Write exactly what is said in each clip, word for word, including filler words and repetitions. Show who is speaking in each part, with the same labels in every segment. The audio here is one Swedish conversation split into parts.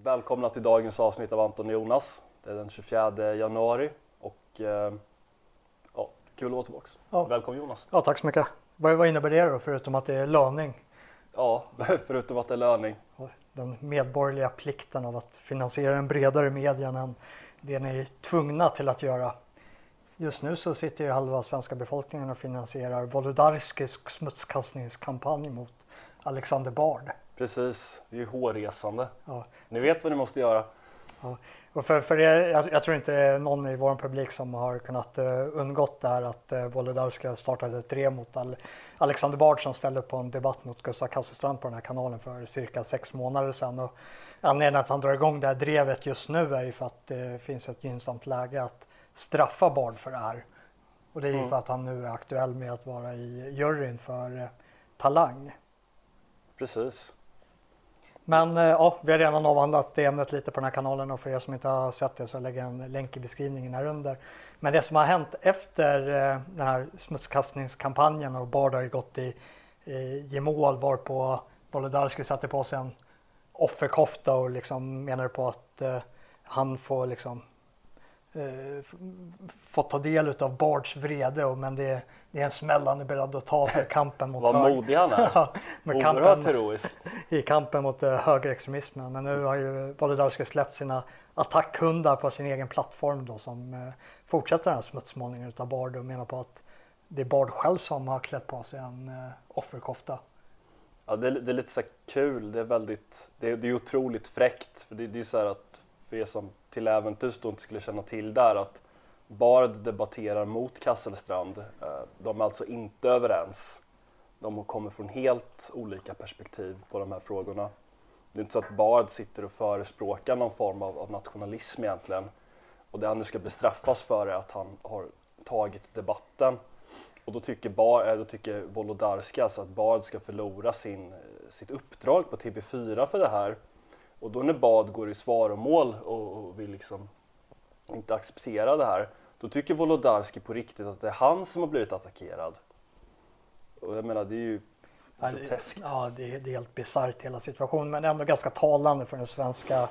Speaker 1: Välkomna till dagens avsnitt av Anton och Jonas. Det är den tjugofjärde januari och eh, ja, kul att vara tillbaka. Ja. Välkommen Jonas.
Speaker 2: Ja, tack så mycket. Vad, vad innebär det då, förutom att det är löning?
Speaker 1: Ja, förutom att det är löning.
Speaker 2: Den medborgerliga plikten av att finansiera en bredare media än det ni är tvungna till att göra. Just nu så sitter ju halva svenska befolkningen och finansierar Wolodarskis smutskastningskampanj mot Alexander Bard.
Speaker 1: Precis, det är ju hårresande.
Speaker 2: Ja.
Speaker 1: Ni vet vad ni måste göra.
Speaker 2: Ja. Och för, för er, jag, jag tror inte det är någon i vår publik som har kunnat uh, undgått det här att uh, Wolodarski startade ett drev mot Al- Alexander Bard som ställde upp på en debatt mot Gustav Kasselstrand på den här kanalen för cirka sex månader sedan. Och anledningen att han drar igång det här drevet just nu är ju för att det finns ett gynnsamt läge att straffa Bard för det här. Och det är ju mm. för att han nu är aktuell med att vara i juryn för uh, Talang.
Speaker 1: Precis.
Speaker 2: Men ja, vi har redan avhandlat det ämnet lite på den här kanalen och för er som inte har sett det så lägger jag en länk i beskrivningen här under. Men det som har hänt efter den här smutskastningskampanjen och Bard har ju gått i, i mål varpå Wolodarski satte på sig en offerkofta och liksom menade på att uh, han får liksom Uh, fått ta del av Bards vrede och, men det, det är en smäll han är beredd att ta för kampen mot
Speaker 1: vad hög... modig han är.
Speaker 2: ja, med
Speaker 1: kampen, heroisk.
Speaker 2: I kampen mot uh, högerextremismen. Men nu har ju Wolodarski släppt sina attackhundar på sin egen plattform då, som uh, fortsätter den här smutsmålningen av Bard och menar på att det är Bard själv som har klätt på sig en uh, offerkofta.
Speaker 1: Ja, det är, det är lite så kul. Det är väldigt, det är, det är otroligt fräckt. För det, det är så här att för er som till äventyrs då inte skulle känna till där att Bard debatterar mot Kasselstrand. De är alltså inte överens. De kommer från helt olika perspektiv på de här frågorna. Det är inte så att Bard sitter och förespråkar någon form av, av nationalism egentligen. Och det han nu ska bestraffas för är att han har tagit debatten. Och då tycker, Bard, då tycker Wolodarski alltså att Bard ska förlora sin, sitt uppdrag på T V fyra för det här. Och då när Bard går i svaromål och, och vill liksom inte acceptera det här, då tycker Wolodarski på riktigt att det är han som har blivit attackerad. Och jag menar, det är ju groteskt.
Speaker 2: Ja, det är, det är helt bisarrt hela situationen, men ändå ganska talande för den svenska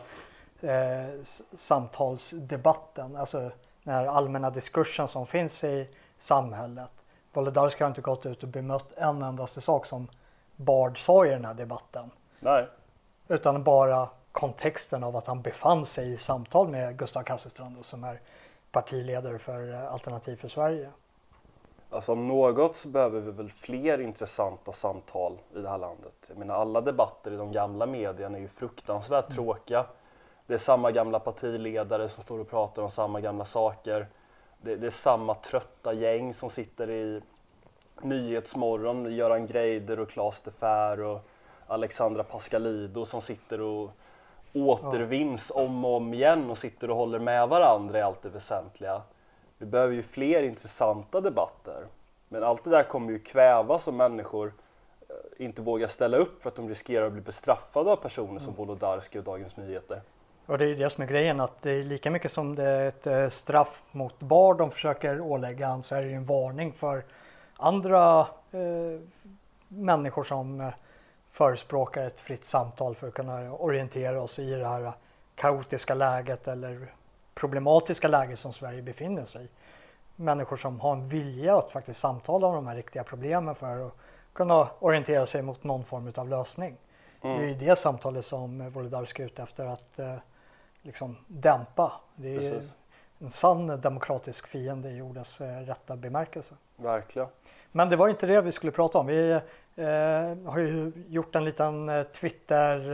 Speaker 2: eh, samtalsdebatten. Alltså den här allmänna diskursen som finns i samhället. Wolodarski har inte gått ut och bemött en endaste sak som Bard sa i den här debatten.
Speaker 1: Nej.
Speaker 2: Utan bara kontexten av att han befann sig i samtal med Gustav Kasselstrand som är partiledare för Alternativ för Sverige.
Speaker 1: Alltså om något så behöver vi väl fler intressanta samtal i det här landet. Jag menar, alla debatter i de gamla medierna är ju fruktansvärt mm. tråkiga. Det är samma gamla partiledare som står och pratar om samma gamla saker. Det, det är samma trötta gäng som sitter i Nyhetsmorgon, Göran Greider och Claes de Fer och Alexandra Pascalido som sitter och återvinns om och om igen och sitter och håller med varandra i allt det väsentliga. Vi behöver ju fler intressanta debatter. Men allt det där kommer ju kvävas om människor inte vågar ställa upp för att de riskerar att bli bestraffade av personer mm. som Wolodarski och Dagens Nyheter.
Speaker 2: Och det är det som är grejen, att det är lika mycket som det är ett straff mot Bard de försöker ålägga han, så är det ju en varning för andra eh, människor som eh, förespråkar ett fritt samtal för att kunna orientera oss i det här kaotiska läget eller problematiska läget som Sverige befinner sig i. Människor som har en vilja att faktiskt samtala om de här riktiga problemen för att kunna orientera sig mot någon form av lösning. Mm. Det är ju det samtalet som Wolodarski är ute efter att eh, liksom dämpa. Det är Precis. en sann demokratisk fiende i ordets eh, rätta bemärkelse.
Speaker 1: Verkligen.
Speaker 2: Men det var inte det vi skulle prata om. Vi eh, har ju gjort en liten eh, Twitter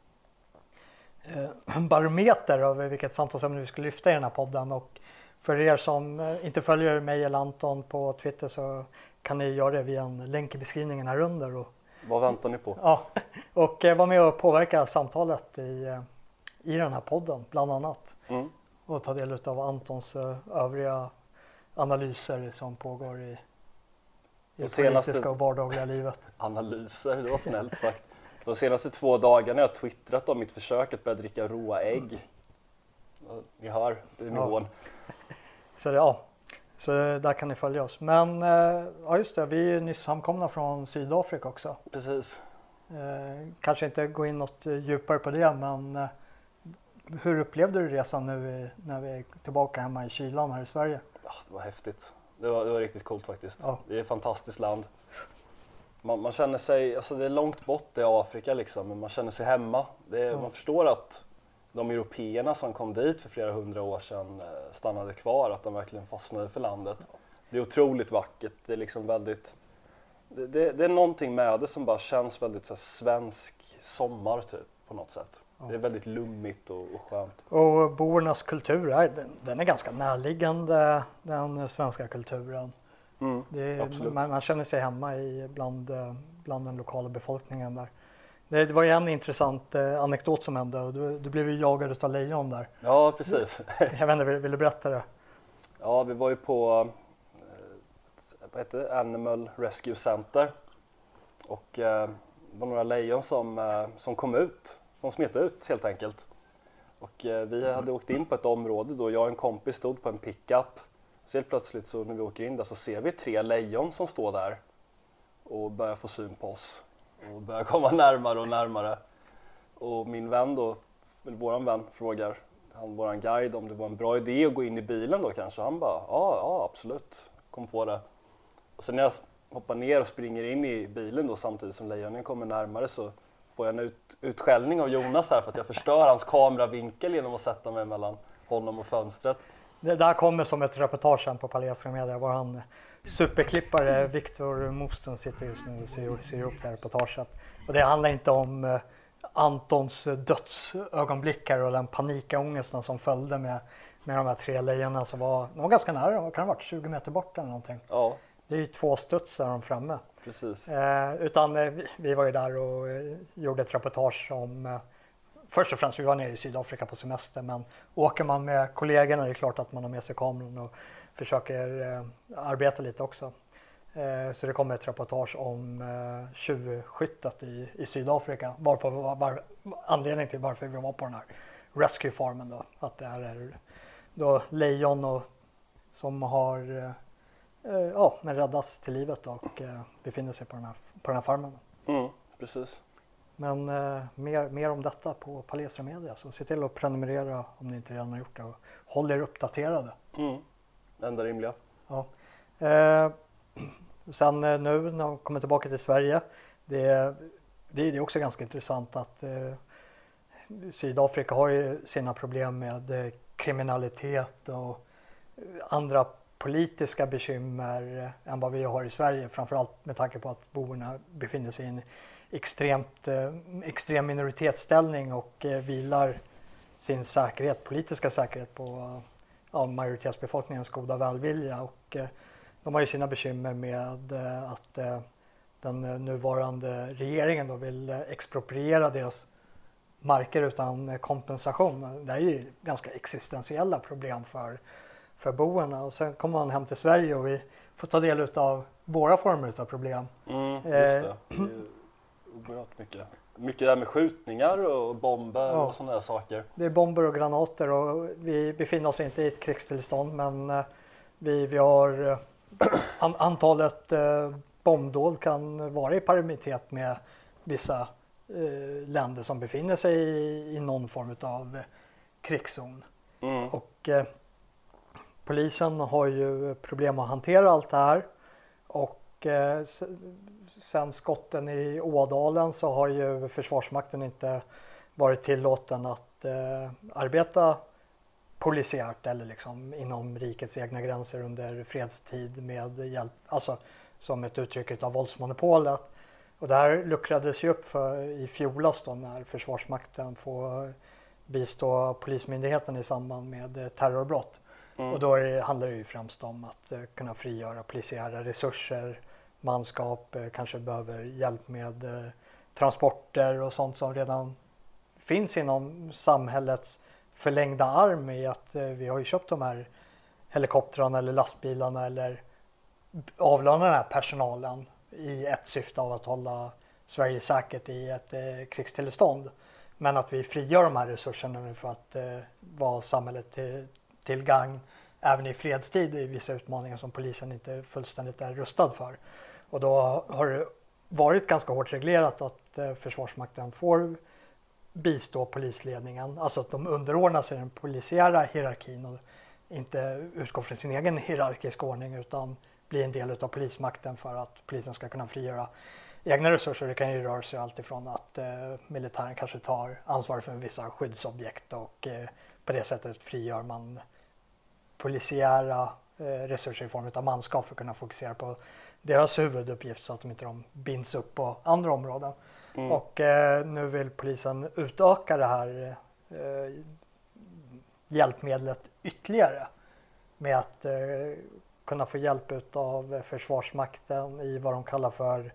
Speaker 2: eh, barometer över vilket samtalsämne vi skulle lyfta i den här podden. Och för er som eh, inte följer mig eller Anton på Twitter så kan ni göra det via en länk i beskrivningen här under. Och,
Speaker 1: vad väntar ni på?
Speaker 2: Ja, och eh, vara med och påverka samtalet i, eh, i den här podden bland annat. Mm. Och ta del av Antons eh, övriga analyser som pågår i i det politiska och vardagliga livet.
Speaker 1: Analyser, det var snällt sagt. De senaste två dagarna har jag twittrat om mitt försök att börja dricka råa ägg. Ni hör, det är nivån.
Speaker 2: Ja. Så, det, ja. Så där kan ni följa oss. Men ja, just det, vi är nyss hamnkomna från Sydafrika också.
Speaker 1: Precis.
Speaker 2: Eh, kanske inte gå in något djupare på det, men hur upplevde du resan nu när vi är tillbaka hemma i kylan här i Sverige?
Speaker 1: Ja, det var häftigt. Det var, det var riktigt coolt faktiskt.
Speaker 2: Ja.
Speaker 1: Det är ett fantastiskt land. Man, man känner sig, alltså det är långt bort i Afrika liksom, men man känner sig hemma. Det är,
Speaker 2: Ja.
Speaker 1: Man förstår att de européerna som kom dit för flera hundra år sedan stannade kvar, att de verkligen fastnade för landet. Det är otroligt vackert, det är liksom väldigt, det, det, det är någonting med det som bara känns väldigt så här, svensk sommar typ på något sätt. Ja. Det är väldigt lummigt och, och skönt.
Speaker 2: Och boernas kultur är, den, den är ganska närliggande den svenska kulturen.
Speaker 1: Mm,
Speaker 2: det är, man, man känner sig hemma i bland, bland den lokala befolkningen där. Det, det var ju en intressant eh, anekdot som hände. Du, du blev ju jagad av lejon där.
Speaker 1: Ja, precis.
Speaker 2: Jag vet inte, vill, vill du berätta det?
Speaker 1: Ja, vi var ju på eh, vad heter det? Animal Rescue Center. Och eh, det var några lejon som, eh, som kom ut, som smet ut helt enkelt. Och eh, vi hade åkt in på ett område då jag och en kompis stod på en pickup. Så helt plötsligt så när vi åker in där så ser vi tre lejon som står där och börjar få syn på oss. Och börjar komma närmare och närmare. Och min vän då, eller våran vän, frågar han, våran guide, om det var en bra idé att gå in i bilen då kanske. Han bara, ja, ja absolut, kom på det. Och sen när jag hoppar ner och springer in i bilen då samtidigt som lejonen kommer närmare så får jag en ut, utskällning av Jonas här för att jag förstör hans kameravinkel genom att sätta mig mellan honom och fönstret.
Speaker 2: Det där kommer som ett reportage på Palestra Media, var han superklippare Viktor Mosten sitter just nu och ser, ser upp det här reportaget. Och det handlar inte om eh, Antons dödsögonblickar och den panikångesten som följde med, med de här tre lejonen som var, de var ganska nära, de kan ha varit tjugo meter bort eller någonting.
Speaker 1: Ja.
Speaker 2: Det är ju två studs där de framme.
Speaker 1: Precis.
Speaker 2: Eh, utan eh, vi, vi var ju där och eh, gjorde ett reportage om, eh, först och främst vi var nere i Sydafrika på semester, men åker man med kollegorna är det klart att man har med sig kameran och försöker eh, arbeta lite också. Eh, så det kommer ett reportage om eh, tjuvskyttet i, i Sydafrika, varpå var, var anledningen till varför vi var på den här rescue farmen då, att det är då lejon och, som har eh, ja, men räddas till livet och eh, befinner sig på den här, på den här farmen.
Speaker 1: Mm, precis.
Speaker 2: Men eh, mer, mer om detta på Palestra Media, så se till att prenumerera om ni inte redan har gjort det och håll er uppdaterade.
Speaker 1: Mm, enda rimliga.
Speaker 2: Ja. Eh, sen eh, nu när de kommer tillbaka till Sverige, det, det, det är också ganska intressant att eh, Sydafrika har ju sina problem med eh, kriminalitet och andra politiska bekymmer än vad vi har i Sverige, framförallt med tanke på att boerna befinner sig i en extremt, eh, extrem minoritetsställning och eh, vilar sin säkerhet, politiska säkerhet på ja, majoritetsbefolkningens goda välvilja, och eh, de har ju sina bekymmer med eh, att eh, den nuvarande regeringen då vill eh, expropriera deras marker utan eh, kompensation. Det är ju ganska existentiella problem för för boerna, och sen kommer man hem till Sverige och vi får ta del av våra former av problem.
Speaker 1: Mm, just det. Det är oerhört mycket. Mycket där med skjutningar och bomber ja. och sådana där saker.
Speaker 2: Det är bomber och granater och vi befinner oss inte i ett krigstillstånd, men vi, vi har an, antalet eh, bombdåd kan vara i paritet med vissa eh, länder som befinner sig i, i någon form av krigszon.
Speaker 1: Mm.
Speaker 2: Och eh, polisen har ju problem att hantera allt det här, och eh, sen skotten i Ådalen så har ju Försvarsmakten inte varit tillåten att eh, arbeta polisiärt eller liksom inom rikets egna gränser under fredstid med hjälp, alltså som ett uttryck av våldsmonopolet. Och det här luckrades ju upp för, i fjolas då, när Försvarsmakten får bistå polismyndigheten i samband med terrorbrott. Mm. Och då är det, handlar det ju främst om att uh, kunna frigöra polisiära resurser, manskap, uh, kanske behöver hjälp med uh, transporter och sånt som redan finns inom samhällets förlängda arm, i att uh, vi har ju köpt de här helikoptrarna eller lastbilarna eller avlönar den här personalen i ett syfte av att hålla Sverige säkert i ett uh, krigstillstånd. Men att vi frigör de här resurserna nu för att uh, vara samhället till till gagn även i fredstid i vissa utmaningar som polisen inte fullständigt är rustad för. Och då har det varit ganska hårt reglerat att eh, Försvarsmakten får bistå polisledningen. Alltså att de underordnar sig den polisiära hierarkin och inte utgår från sin egen hierarkisk ordning utan blir en del av polismakten för att polisen ska kunna frigöra egna resurser. Det kan ju röra sig allt ifrån att eh, militären kanske tar ansvar för vissa skyddsobjekt och eh, på det sättet frigör man polisiära eh, resurser i form av manskap för att kunna fokusera på deras huvuduppgift så att de inte de binds upp på andra områden. Mm. Och eh, nu vill polisen utöka det här eh, hjälpmedlet ytterligare med att eh, kunna få hjälp av Försvarsmakten i vad de kallar för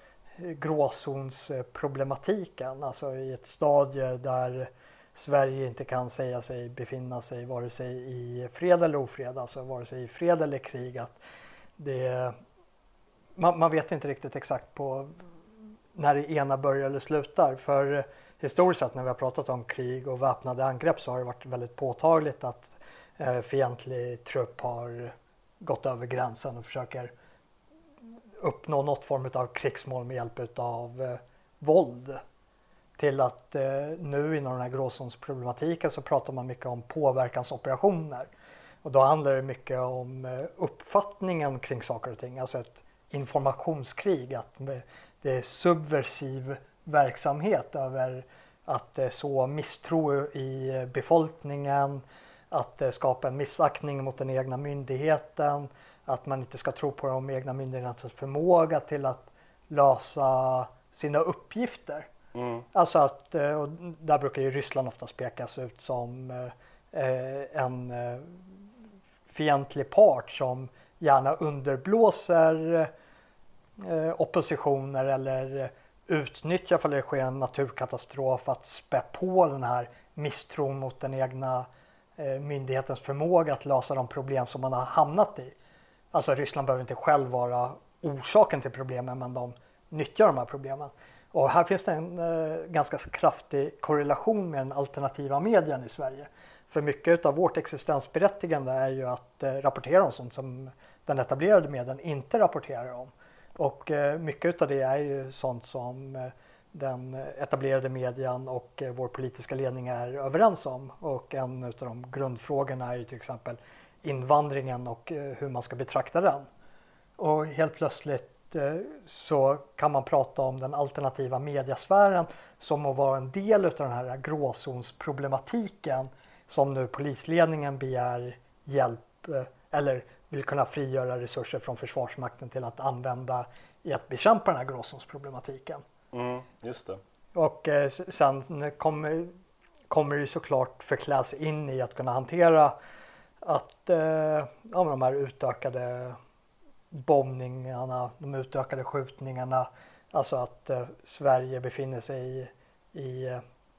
Speaker 2: gråzonsproblematiken. Alltså i ett stadie där Sverige inte kan säga sig befinna sig vare sig i fred eller ofred, alltså vare sig i fred eller krig. Att det, man, man vet inte riktigt exakt på när det ena börjar eller slutar. För historiskt sett när vi har pratat om krig och väpnade angrepp så har det varit väldigt påtagligt att eh, fientlig trupp har gått över gränsen och försöker uppnå något form av krigsmål med hjälp av eh, våld. Till att eh, nu inom den här gråzonsproblematiken så pratar man mycket om påverkansoperationer. Och då handlar det mycket om eh, uppfattningen kring saker och ting. Alltså ett informationskrig. Att det är subversiv verksamhet över att eh, så misstro i befolkningen. Att eh, skapa en missaktning mot den egna myndigheten. Att man inte ska tro på de egna myndigheternas förmåga till att lösa sina uppgifter. Mm. Alltså att, och där brukar ju Ryssland oftast pekas ut som eh, en eh, fientlig part som gärna underblåser eh, oppositioner eller utnyttjar för att det sker en naturkatastrof att spä på den här misstron mot den egna eh, myndighetens förmåga att lösa de problem som man har hamnat i. Alltså Ryssland behöver inte själv vara orsaken till problemen men de nyttjar de här problemen. Och här finns det en eh, ganska kraftig korrelation med den alternativa medien i Sverige. För mycket av vårt existensberättigande är ju att eh, rapportera om sånt som den etablerade medien inte rapporterar om. Och eh, mycket av det är ju sånt som eh, den etablerade medien och eh, vår politiska ledning är överens om. Och en av de grundfrågorna är ju till exempel invandringen och eh, hur man ska betrakta den. Och helt plötsligt så kan man prata om den alternativa mediasfären som att vara en del av den här gråzonsproblematiken som nu polisledningen begär hjälp eller vill kunna frigöra resurser från Försvarsmakten till att använda i att bekämpa den här gråzonsproblematiken.
Speaker 1: Mm, just det.
Speaker 2: Och eh, sen kommer, kommer det såklart förkläs in i att kunna hantera att eh, ja, de här utökade bombningarna, de utökade skjutningarna, alltså att eh, Sverige befinner sig i, i,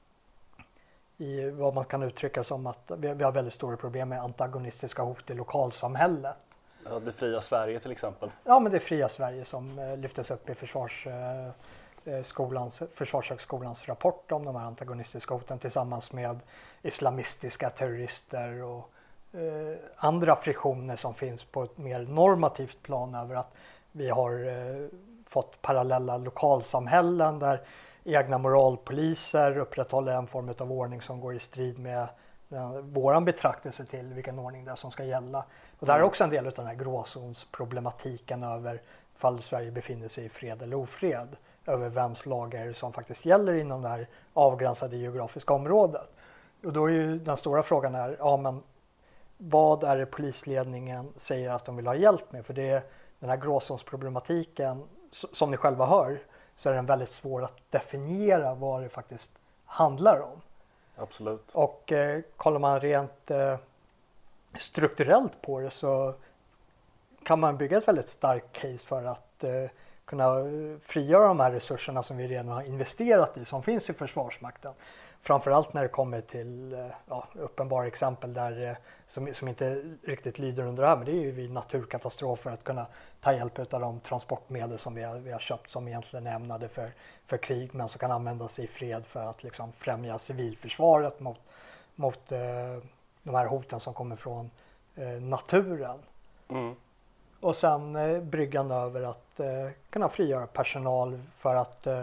Speaker 2: i vad man kan uttrycka som att vi, vi har väldigt stora problem med antagonistiska hot i lokalsamhället.
Speaker 1: Ja, det fria Sverige till exempel.
Speaker 2: Ja, men det fria Sverige som eh, lyftes upp i försvars, eh, skolans, Försvarshögskolans rapport om de här antagonistiska hoten tillsammans med islamistiska terrorister och Eh, andra friktioner som finns på ett mer normativt plan över att vi har eh, fått parallella lokalsamhällen där egna moralpoliser upprätthåller en form av ordning som går i strid med den, våran betraktelse till vilken ordning det är som ska gälla. Och där är också en del av den här gråzonsproblematiken över fall Sverige befinner sig i fred eller ofred. Över vems lagar som faktiskt gäller inom det här avgränsade geografiska området. Och då är ju den stora frågan är, ja men vad är det polisledningen säger att de vill ha hjälp med? För det är den här gråzonsproblematiken, som ni själva hör, så är den väldigt svår att definiera vad det faktiskt handlar om.
Speaker 1: Absolut.
Speaker 2: Och eh, kollar man rent eh, strukturellt på det så kan man bygga ett väldigt starkt case för att eh, kunna frigöra de här resurserna som vi redan har investerat i, som finns i Försvarsmakten. Framförallt när det kommer till ja, uppenbara exempel där, som, som inte riktigt lyder under det här, men det är ju vid naturkatastrofer att kunna ta hjälp av de transportmedel som vi har, vi har köpt som egentligen är ämnade för, för krig men som kan användas i fred för att liksom främja civilförsvaret mot, mot eh, de här hoten som kommer från eh, naturen. Mm. Och sen eh, bryggan över att eh, kunna frigöra personal för att eh,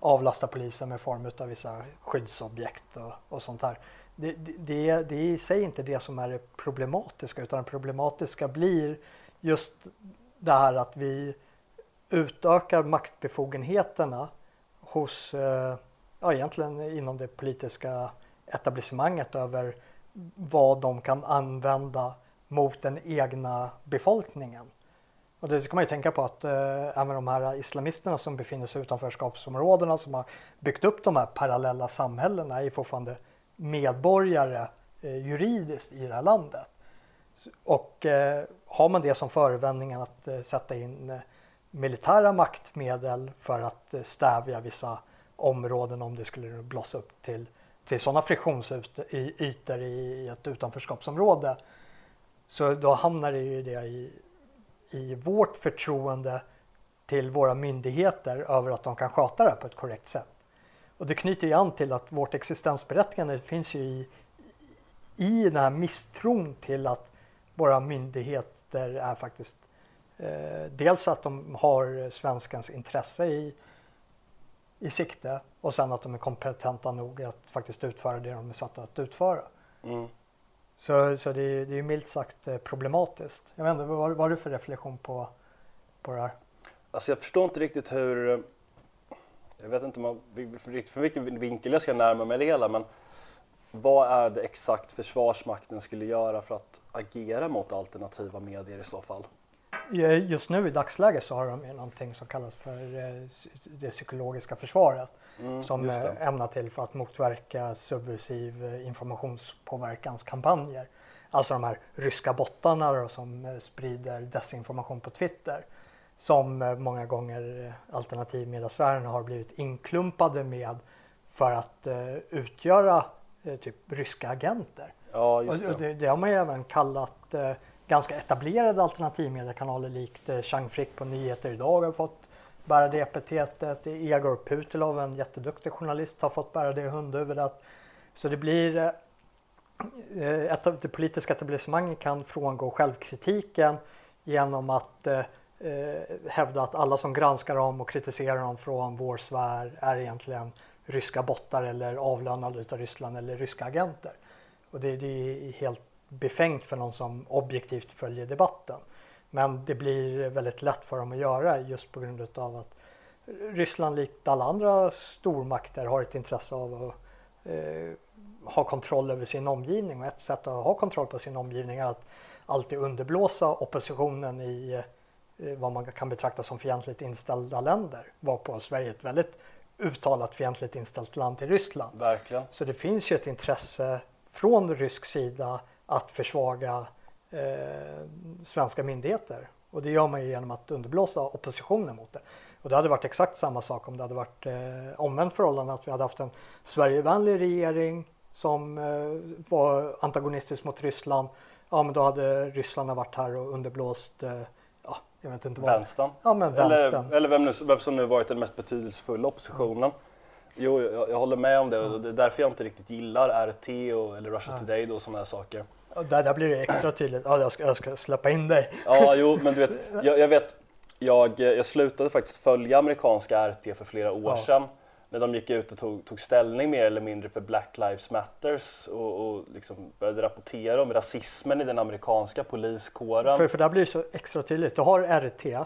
Speaker 2: avlasta polisen med form av vissa skyddsobjekt och, och sånt här. Det, det, det, det är i sig inte det som är det problematiska, utan det problematiska blir just det här att vi utökar maktbefogenheterna hos, ja, egentligen inom det politiska etablissemanget över vad de kan använda mot den egna befolkningen. Och det ska man ju tänka på att eh, även de här islamisterna som befinner sig utanför skapsområdena, som har byggt upp de här parallella samhällena, är fortfarande medborgare eh, juridiskt i det här landet. Och eh, har man det som förevändningen att eh, sätta in eh, militära maktmedel för att eh, stävja vissa områden om det skulle blossa upp till, till sådana friktionsytor i, i ett utanförskapsområde, så då hamnar det ju det i, i vårt förtroende till våra myndigheter över att de kan sköta det här på ett korrekt sätt. Och det knyter ju an till att vårt existensberättigande finns ju i, i den här misstron till att våra myndigheter är faktiskt eh, dels att de har svenskans intresse i, i sikte, och sen att de är kompetenta nog att faktiskt utföra det de är satta att utföra.
Speaker 1: Mm.
Speaker 2: Så, så det, är, det är milt sagt problematiskt. Jag vet inte, vad, vad har du för reflektion på, på det här?
Speaker 1: Alltså jag förstår inte riktigt hur, jag vet inte om man, för vilken vinkel jag ska närma mig det hela, men vad är det exakt Försvarsmakten skulle göra för att agera mot alternativa medier i så fall?
Speaker 2: Just nu i dagsläget så har de någonting som kallas för det psykologiska försvaret, mm, som är ämnat till för att motverka subversiv informationspåverkanskampanjer. Alltså de här ryska bottarna då, som sprider desinformation på Twitter, som många gånger alternativmediasfären har blivit inklumpade med för att uh, utgöra uh, typ ryska agenter.
Speaker 1: Ja, just det.
Speaker 2: Och, och det, det har man ju även kallat uh, ganska etablerade alternativmediekanaler likt uh, Chang Frick på Nyheter idag har fått bära det epitetet. Egor Putilov, en jätteduktig journalist, har fått bära det i hundhuvudet. Så det blir uh, ett av det politiska etablissemanget kan frångå självkritiken genom att uh, Eh, hävda att alla som granskar dem och kritiserar dem från vår sfär är egentligen ryska bottar eller avlönade utav Ryssland eller ryska agenter. Och det, det är helt befängt för någon som objektivt följer debatten. Men det blir väldigt lätt för dem att göra just på grund av att Ryssland likt alla andra stormakter har ett intresse av att eh, ha kontroll över sin omgivning, och ett sätt att ha kontroll på sin omgivning är att alltid underblåsa oppositionen i vad man kan betrakta som fientligt inställda länder, var på Sverige ett väldigt uttalat fientligt inställt land till Ryssland.
Speaker 1: Verkligen.
Speaker 2: Så det finns ju ett intresse från rysk sida att försvaga eh, svenska myndigheter, och det gör man ju genom att underblåsa oppositionen mot det. Och det hade varit exakt samma sak om det hade varit eh, omvänt förhållande, att vi hade haft en Sverigevänlig regering som eh, var antagonistisk mot Ryssland. Ja, men då hade Ryssland varit här och underblåst eh, ja, jag vet inte vad.
Speaker 1: Vänstern.
Speaker 2: Ja, men vänstern.
Speaker 1: Eller, eller vem, nu, vem som nu varit den mest betydelsefulla oppositionen. Mm. Jo, jag, jag håller med om det, och det är därför jag inte riktigt gillar R T och, eller Russia ja. Today och sådana här saker.
Speaker 2: Och där, där blir det extra tydligt. Ja, jag ska, jag ska släppa in dig.
Speaker 1: Ja, jo, men du vet, jag, jag vet, jag, jag slutade faktiskt följa amerikanska R T för flera år ja. sedan. När de gick ut och tog, tog ställning mer eller mindre för Black Lives Matters och, och liksom började rapportera om rasismen i den amerikanska poliskåren.
Speaker 2: För, för där blir det så extra tydligt. Du har R T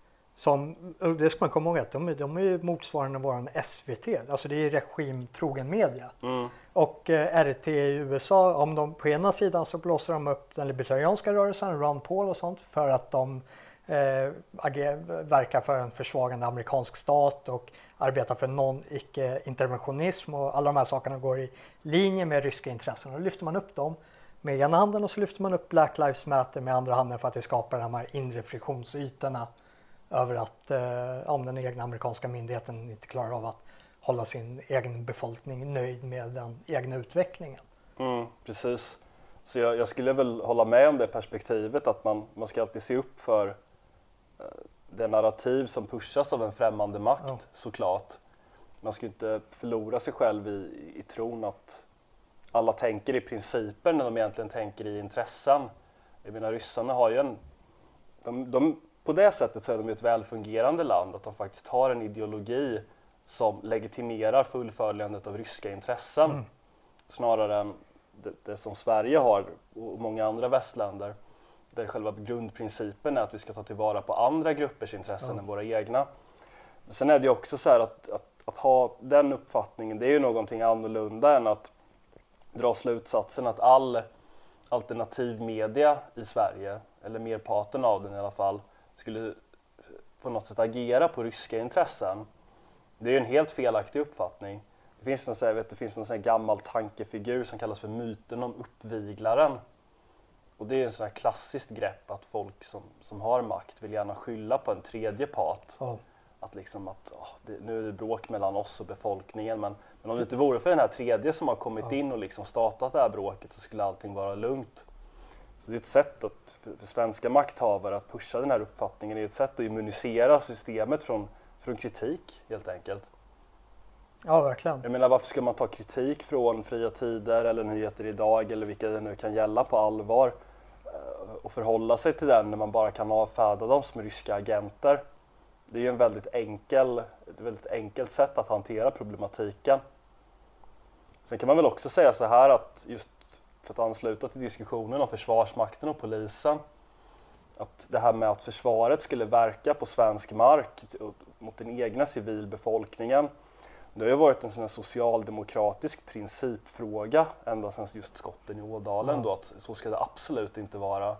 Speaker 2: som, det ska man komma ihåg, att de, de är ju motsvarande våran S V T. Alltså det är regimtrogen media. Mm. Och eh, R T i U S A, om de på ena sidan så blåser de upp den libertarianska rörelsen, Ron Paul och sånt, för att de eh, ager, verkar för en försvagande amerikansk stat och arbetar för non-icke-interventionism, och alla de här sakerna går i linje med ryska intressen. Och då lyfter man upp dem med ena handen, och så lyfter man upp Black Lives Matter med andra handen, för att det skapar de här inre friktionsytorna över att eh, om den egna amerikanska myndigheten inte klarar av att hålla sin egen befolkning nöjd med den egna utvecklingen.
Speaker 1: Mm, precis. Så jag, jag skulle väl hålla med om det perspektivet, att man, man ska alltid se upp för eh, det narrativ som pushas av en främmande makt, ja. Såklart. Man ska inte förlora sig själv i, i tron att alla tänker i principer när de egentligen tänker i intressen. Jag menar, ryssarna har ju en... De, de, på det sättet så är de ett välfungerande land, att de faktiskt har en ideologi som legitimerar fullföljandet av ryska intressen. Mm. Snarare än det, det som Sverige har och många andra västländer. Där själva grundprincipen är att vi ska ta tillvara på andra gruppers intressen mm. än våra egna. Sen är det ju också så här att, att, att ha den uppfattningen, det är ju någonting annorlunda än att dra slutsatsen att all alternativ media i Sverige, eller merparten av den i alla fall, skulle på något sätt agera på ryska intressen. Det är ju en helt felaktig uppfattning. Det finns någon, så här, vet, det finns någon sån här gammal tankefigur som kallas för myten om uppviglaren. Och det är en sån här klassiskt grepp att folk som, som har makt vill gärna skylla på en tredje part. Oh. Att liksom att åh, det, nu är det bråk mellan oss och befolkningen, men, men om det inte vore för den här tredje som har kommit oh. in och liksom startat det här bråket så skulle allting vara lugnt. Så det är ett sätt att, för, för svenska makthavare att pusha den här uppfattningen, det är ett sätt att immunisera systemet från, från kritik helt enkelt.
Speaker 2: Ja, verkligen.
Speaker 1: Jag menar, varför ska man ta kritik från Fria Tider eller Nyheter Idag eller vilka det nu kan gälla på allvar och förhålla sig till den när man bara kan avfärda dem som ryska agenter? Det är ju en väldigt enkel, ett väldigt enkelt sätt att hantera problematiken. Sen kan man väl också säga så här att just för att ansluta till diskussionen om Försvarsmakten och polisen, att det här med att försvaret skulle verka på svensk mark mot den egna civilbefolkningen, det har ju varit en sån här socialdemokratisk principfråga ända sedan just skotten i Ådalen mm. då, att så ska det absolut inte vara.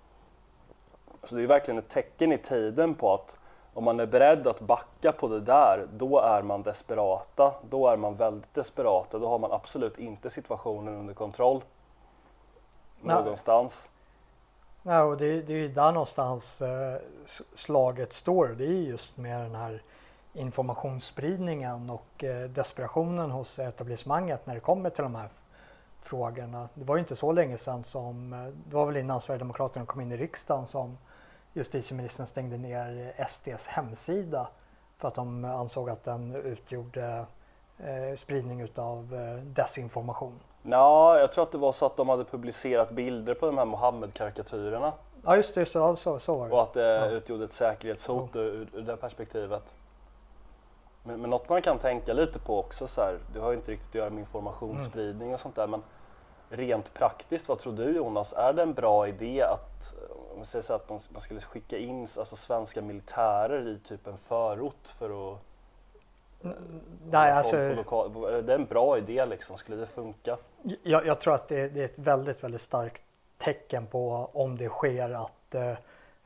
Speaker 1: Så det är verkligen ett tecken i tiden på att om man är beredd att backa på det där, då är man desperata. Då är man väldigt desperata. Då har man absolut inte situationen under kontroll. Nej. Någonstans.
Speaker 2: Nej, och det, det är ju där någonstans eh, slaget står. Det är just med den här informationsspridningen och eh, desperationen hos etablissemanget när det kommer till de här frågorna. Det var ju inte så länge sedan som, eh, det var väl innan Sverigedemokraterna kom in i riksdagen som justitieministern stängde ner S D:s hemsida för att de ansåg att den utgjorde eh, spridning utav eh, desinformation.
Speaker 1: Ja, jag tror att det var så att de hade publicerat bilder på de här Mohammed-karikatyrerna.
Speaker 2: Ja, just det, så, så, så var det.
Speaker 1: Och att det ja. utgjorde ett säkerhetshot ja. ur, ur det perspektivet. Men, men något man kan tänka lite på också, så här, det har ju inte riktigt att göra med informationsspridning mm. och sånt där, men rent praktiskt, vad tror du Jonas, är det en bra idé att, om man säger så att man, man skulle skicka in alltså, svenska militärer i typ en förort för att
Speaker 2: mm, nej, alltså,
Speaker 1: lokal, är det en bra idé liksom, skulle det funka?
Speaker 2: Jag, jag tror att det, det är ett väldigt, väldigt starkt tecken på om det sker att, eh,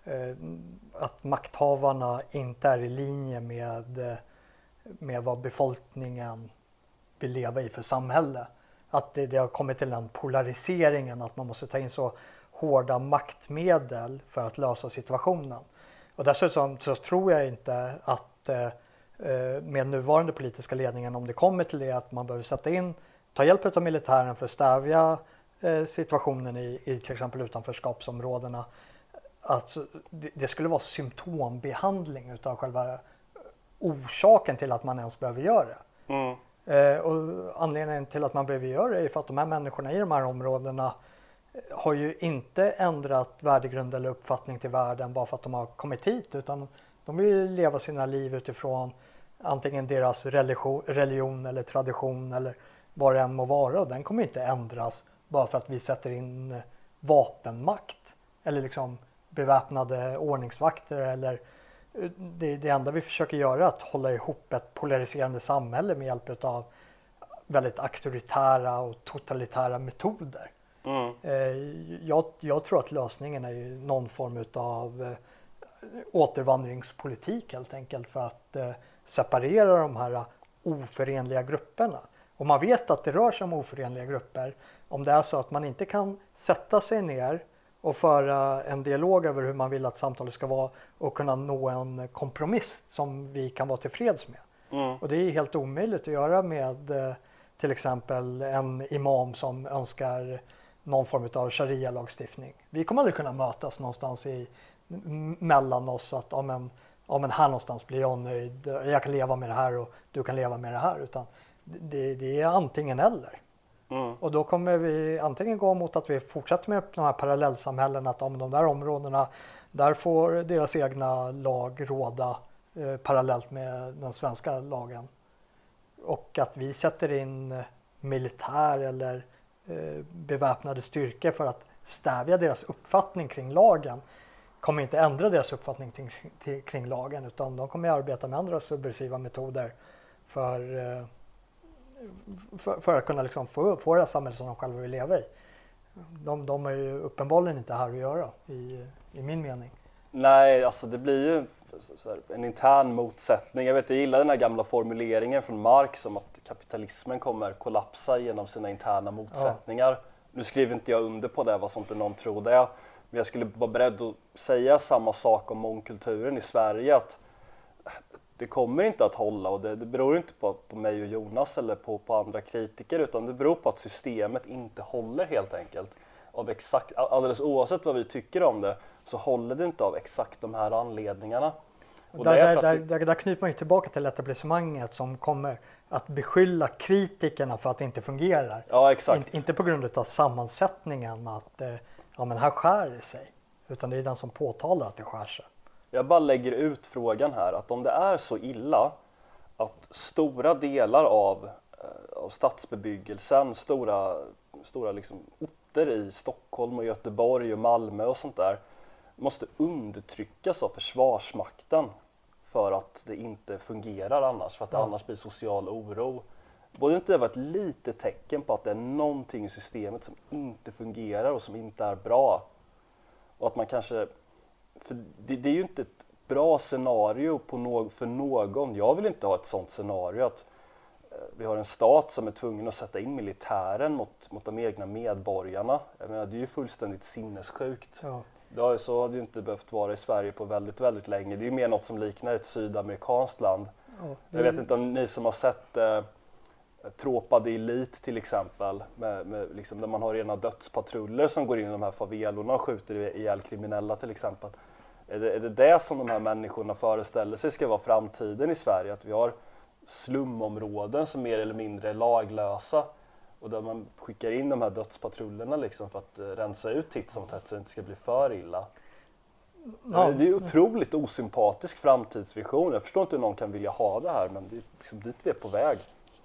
Speaker 2: att makthavarna inte är i linje med med vad befolkningen vill leva i för samhälle. Att det, det har kommit till den polariseringen att man måste ta in så hårda maktmedel för att lösa situationen. Och dessutom så tror jag inte att eh, med nuvarande politiska ledningen, om det kommer till det att man behöver sätta in, ta hjälp av militären för att stävja eh, situationen i, i till exempel utanförskapsområdena, att det, det skulle vara symptombehandling utav själva orsaken till att man ens behöver göra det. Mm. Eh, och anledningen till att man behöver göra det är för att de här människorna i de här områdena har ju inte ändrat värdegrund eller uppfattning till världen bara för att de har kommit hit, utan de vill leva sina liv utifrån antingen deras religion, religion eller tradition eller vad det än må vara, och den kommer inte ändras bara för att vi sätter in vapenmakt eller liksom beväpnade ordningsvakter eller Det, det enda vi försöker göra är att hålla ihop ett polariserande samhälle med hjälp av väldigt auktoritära och totalitära metoder. Mm. Jag, jag tror att lösningen är ju någon form av återvandringspolitik helt enkelt för att separera de här oförenliga grupperna. Och man vet att det rör sig om oförenliga grupper om det är så att man inte kan sätta sig ner och föra en dialog över hur man vill att samtalet ska vara och kunna nå en kompromiss som vi kan vara tillfreds med. Mm. Och det är helt omöjligt att göra med till exempel en imam som önskar någon form av sharia-lagstiftning. Vi kommer aldrig kunna mötas någonstans i, mellan oss att ja, men, ja, men här någonstans blir jag nöjd, jag kan leva med det här och du kan leva med det här, utan det, det är antingen eller. Mm. Och då kommer vi antingen gå mot att vi fortsätter med de här parallellsamhällen, att om de där områdena, där får deras egna lag råda eh, parallellt med den svenska lagen. och att vi sätter in militär eller eh, beväpnade styrkor för att stävja deras uppfattning kring lagen kommer inte ändra deras uppfattning kring, till, kring lagen, utan de kommer arbeta med andra subversiva metoder för, eh, för, för att kunna liksom få, få det samhälle som de själva vill leva i. De, de är ju uppenbarligen inte här att göra i, i min mening.
Speaker 1: Nej, alltså det blir ju så här, en intern motsättning. Jag vet, jag gillar den här gamla formuleringen från Marx om att kapitalismen kommer kollapsa genom sina interna motsättningar. Ja. Nu skriver inte jag under på det, vad som inte någon tror det. Men jag skulle vara beredd att säga samma sak om mångkulturen i Sverige, att det kommer inte att hålla, och det, det beror inte på, på mig och Jonas eller på, på andra kritiker, utan det beror på att systemet inte håller helt enkelt. Av exakt, alldeles oavsett vad vi tycker om det så håller det inte av exakt de här anledningarna.
Speaker 2: Och där, där, där, där, där knyter man ju tillbaka till etablissemanget som kommer att beskylla kritikerna för att det inte fungerar.
Speaker 1: Ja, exakt.
Speaker 2: In, inte på grund av sammansättningen att eh, ja, men här skär det sig, utan det är den som påtalar att det skär sig.
Speaker 1: Jag bara lägger ut frågan här, att om det är så illa att stora delar av, av stadsbebyggelsen, stora, stora liksom orter i Stockholm och Göteborg och Malmö och sånt där måste undertryckas av Försvarsmakten för att det inte fungerar annars, för att det ja. annars blir social oro. Borde inte det vara ett litet tecken på att det är någonting i systemet som inte fungerar och som inte är bra? Och att man kanske, för det, det är ju inte ett bra scenario på no, för någon. Jag vill inte ha ett sånt scenario att eh, vi har en stat som är tvungen att sätta in militären mot, mot de egna medborgarna. Jag menar, det är ju fullständigt sinnessjukt. Ja. Det har, så har det ju inte behövt vara i Sverige på väldigt, väldigt länge. Det är ju mer något som liknar ett sydamerikanskt land. Ja, det... Jag vet inte om ni som har sett eh, Tropa de Elite till exempel, med, med liksom, där man har rena dödspatruller som går in i de här favelorna och skjuter ihjäl kriminella till exempel. Är det, är det det som de här människorna föreställer sig ska vara framtiden i Sverige? Att vi har slumområden som mer eller mindre är laglösa och där man skickar in de här dödspatrullerna liksom för att uh, rensa ut titt som tätt så det inte ska bli för illa. Ja. Det är en otroligt osympatisk framtidsvision. Jag förstår inte hur någon kan vilja ha det här, men det är liksom dit vi är på väg.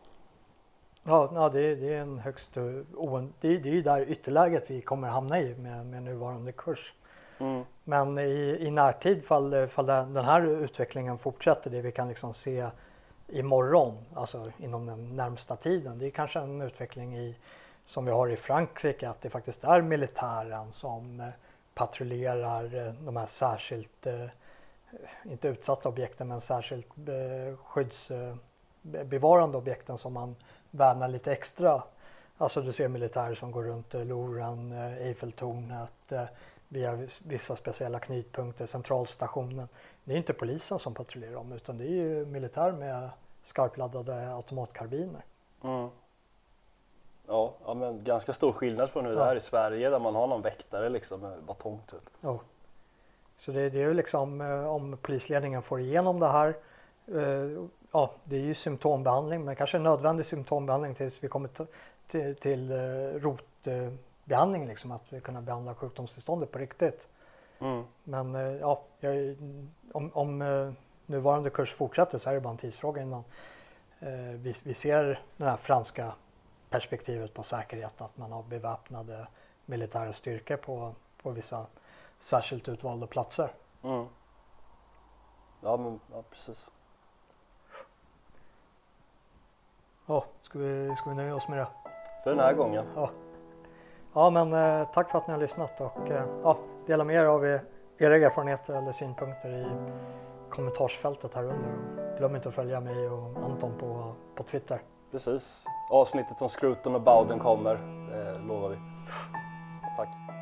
Speaker 2: Ja, ja det, är, det är en högst oen, det, är, det är ju där ytterläget vi kommer hamna i med, med nuvarande kurs. Mm. Men i, i närtid fall, fall den här utvecklingen fortsätter, det vi kan liksom se imorgon, alltså inom den närmsta tiden, det är kanske en utveckling i, som vi har i Frankrike, att det faktiskt är militären som patrullerar de här särskilt, inte utsatta objekten, men särskilt skyddsbevarande objekten som man värnar lite extra. Alltså du ser militärer som går runt Louvren, Eiffeltornet, via vissa speciella knutpunkter, centralstationen. Det är inte polisen som patrullerar dem, utan det är ju militär med skarpladdade automatkarbiner.
Speaker 1: Mm. Ja, ja, men ganska stor skillnad från hur ja. det är i Sverige där man har någon väktare liksom med batong typ.
Speaker 2: Ja. Så det, det är ju liksom om polisledningen får igenom det här, eh, ja, det är ju symptombehandling, men kanske en nödvändig symptombehandling tills vi kommer t- till, till uh, rotbehandling, uh, liksom, att vi kan behandla sjukdomstillståndet på riktigt. Mm. Men uh, ja, jag, om, om uh, nuvarande kurs fortsätter så är det bara en tidsfråga innan uh, vi, vi ser det här franska perspektivet på säkerhet, att man har beväpnade militära styrkor på, på vissa särskilt utvalda platser.
Speaker 1: Mm. Ja, men ja, precis.
Speaker 2: Ja, ska vi, ska vi nöja oss med det?
Speaker 1: För den här gången.
Speaker 2: Ja, ja men eh, tack för att ni har lyssnat och eh, ja, dela med er av er, era erfarenheter eller synpunkter i kommentarsfältet här under. Glöm inte att följa mig och Anton på, på Twitter.
Speaker 1: Precis. Avsnittet om Scruton och Bowden kommer, det lovar vi. Tack.